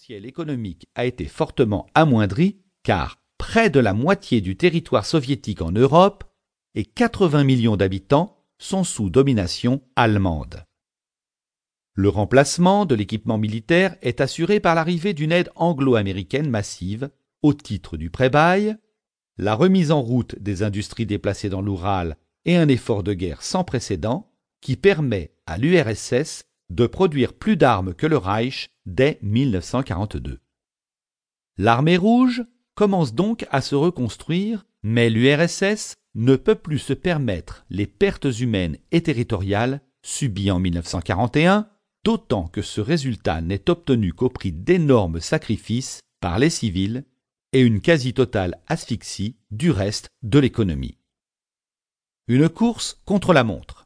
potentiel économique a été fortement amoindri car près de la moitié du territoire soviétique en Europe et 80 millions d'habitants sont sous domination allemande. Le remplacement de l'équipement militaire est assuré par l'arrivée d'une aide anglo-américaine massive au titre du pré-bail, la remise en route des industries déplacées dans l'Oural et un effort de guerre sans précédent qui permet à l'URSS de produire plus d'armes que le Reich dès 1942. L'armée rouge commence donc à se reconstruire, mais l'URSS ne peut plus se permettre les pertes humaines et territoriales subies en 1941, d'autant que ce résultat n'est obtenu qu'au prix d'énormes sacrifices par les civils et une quasi-totale asphyxie du reste de l'économie. Une course contre la montre.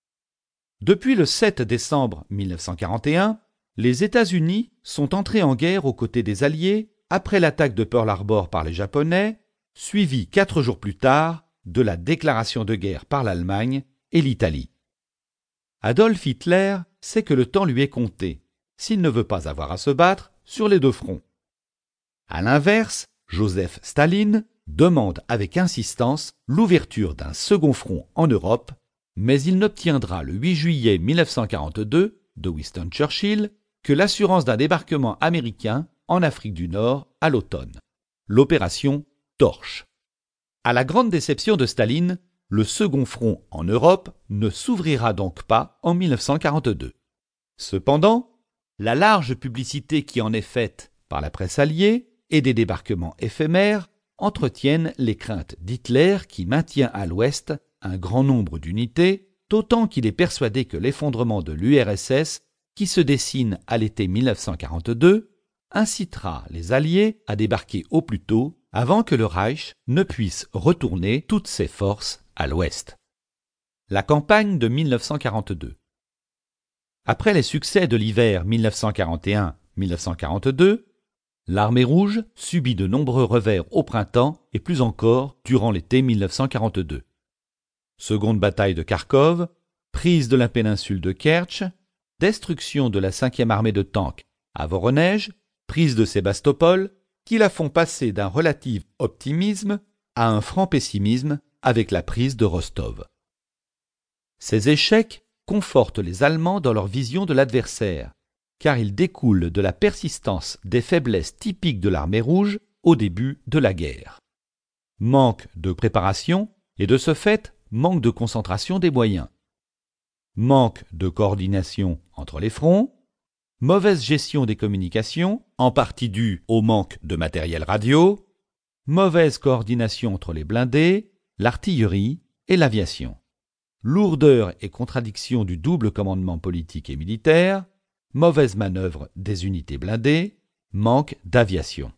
Depuis le 7 décembre 1941, les États-Unis sont entrés en guerre aux côtés des Alliés après l'attaque de Pearl Harbor par les Japonais, suivie 4 jours plus tard de la déclaration de guerre par l'Allemagne et l'Italie. Adolf Hitler sait que le temps lui est compté, s'il ne veut pas avoir à se battre sur les deux fronts. À l'inverse, Joseph Staline demande avec insistance l'ouverture d'un second front en Europe, mais il n'obtiendra le 8 juillet 1942 de Winston Churchill que l'assurance d'un débarquement américain en Afrique du Nord à l'automne. L'opération Torche. À la grande déception de Staline, le second front en Europe ne s'ouvrira donc pas en 1942. Cependant, la large publicité qui en est faite par la presse alliée et des débarquements éphémères entretiennent les craintes d'Hitler qui maintient à l'Ouest un grand nombre d'unités, d'autant qu'il est persuadé que l'effondrement de l'URSS, qui se dessine à l'été 1942, incitera les Alliés à débarquer au plus tôt avant que le Reich ne puisse retourner toutes ses forces à l'Ouest. La campagne de 1942. Après les succès de l'hiver 1941-1942, l'armée rouge subit de nombreux revers au printemps et plus encore durant l'été 1942. Seconde bataille de Kharkov, prise de la péninsule de Kertch, destruction de la 5e armée de tanks à Voronej, prise de Sébastopol, qui la font passer d'un relatif optimisme à un franc pessimisme avec la prise de Rostov. Ces échecs confortent les Allemands dans leur vision de l'adversaire, car ils découlent de la persistance des faiblesses typiques de l'armée rouge au début de la guerre. Manque de préparation et de ce fait, manque de concentration des moyens. Manque de coordination entre les fronts. Mauvaise gestion des communications, en partie due au manque de matériel radio. Mauvaise coordination entre les blindés, l'artillerie et l'aviation. Lourdeur et contradiction du double commandement politique et militaire. Mauvaise manœuvre des unités blindées. Manque d'aviation.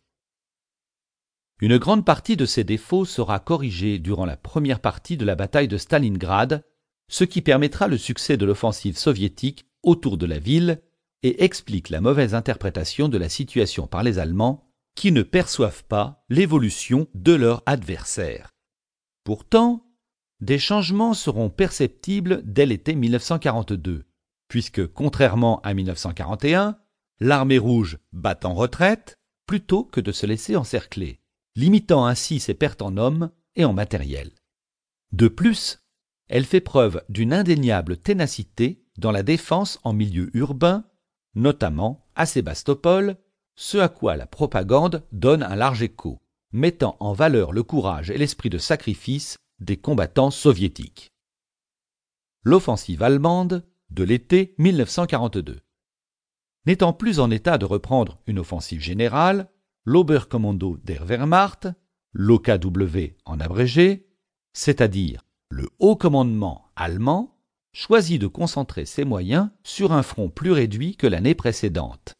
Une grande partie de ces défauts sera corrigée durant la première partie de la bataille de Stalingrad, ce qui permettra le succès de l'offensive soviétique autour de la ville et explique la mauvaise interprétation de la situation par les Allemands qui ne perçoivent pas l'évolution de leur adversaire. Pourtant, des changements seront perceptibles dès l'été 1942, puisque, contrairement à 1941, l'armée rouge bat en retraite plutôt que de se laisser encercler, limitant ainsi ses pertes en hommes et en matériel. De plus, elle fait preuve d'une indéniable ténacité dans la défense en milieu urbain, notamment à Sébastopol, ce à quoi la propagande donne un large écho, mettant en valeur le courage et l'esprit de sacrifice des combattants soviétiques. L'offensive allemande de l'été 1942. N'étant plus en état de reprendre une offensive générale, l'Oberkommando der Wehrmacht, l'OKW en abrégé, c'est-à-dire le haut commandement allemand, choisit de concentrer ses moyens sur un front plus réduit que l'année précédente.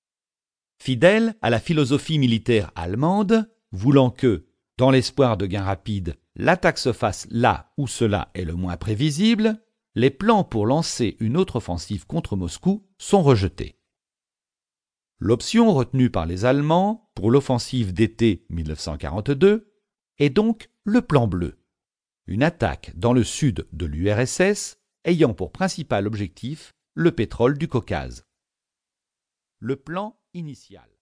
Fidèle à la philosophie militaire allemande, voulant que, dans l'espoir de gains rapides, l'attaque se fasse là où cela est le moins prévisible, les plans pour lancer une autre offensive contre Moscou sont rejetés. L'option retenue par les Allemands pour l'offensive d'été 1942 est donc le plan bleu, une attaque dans le sud de l'URSS ayant pour principal objectif le pétrole du Caucase. Le plan initial.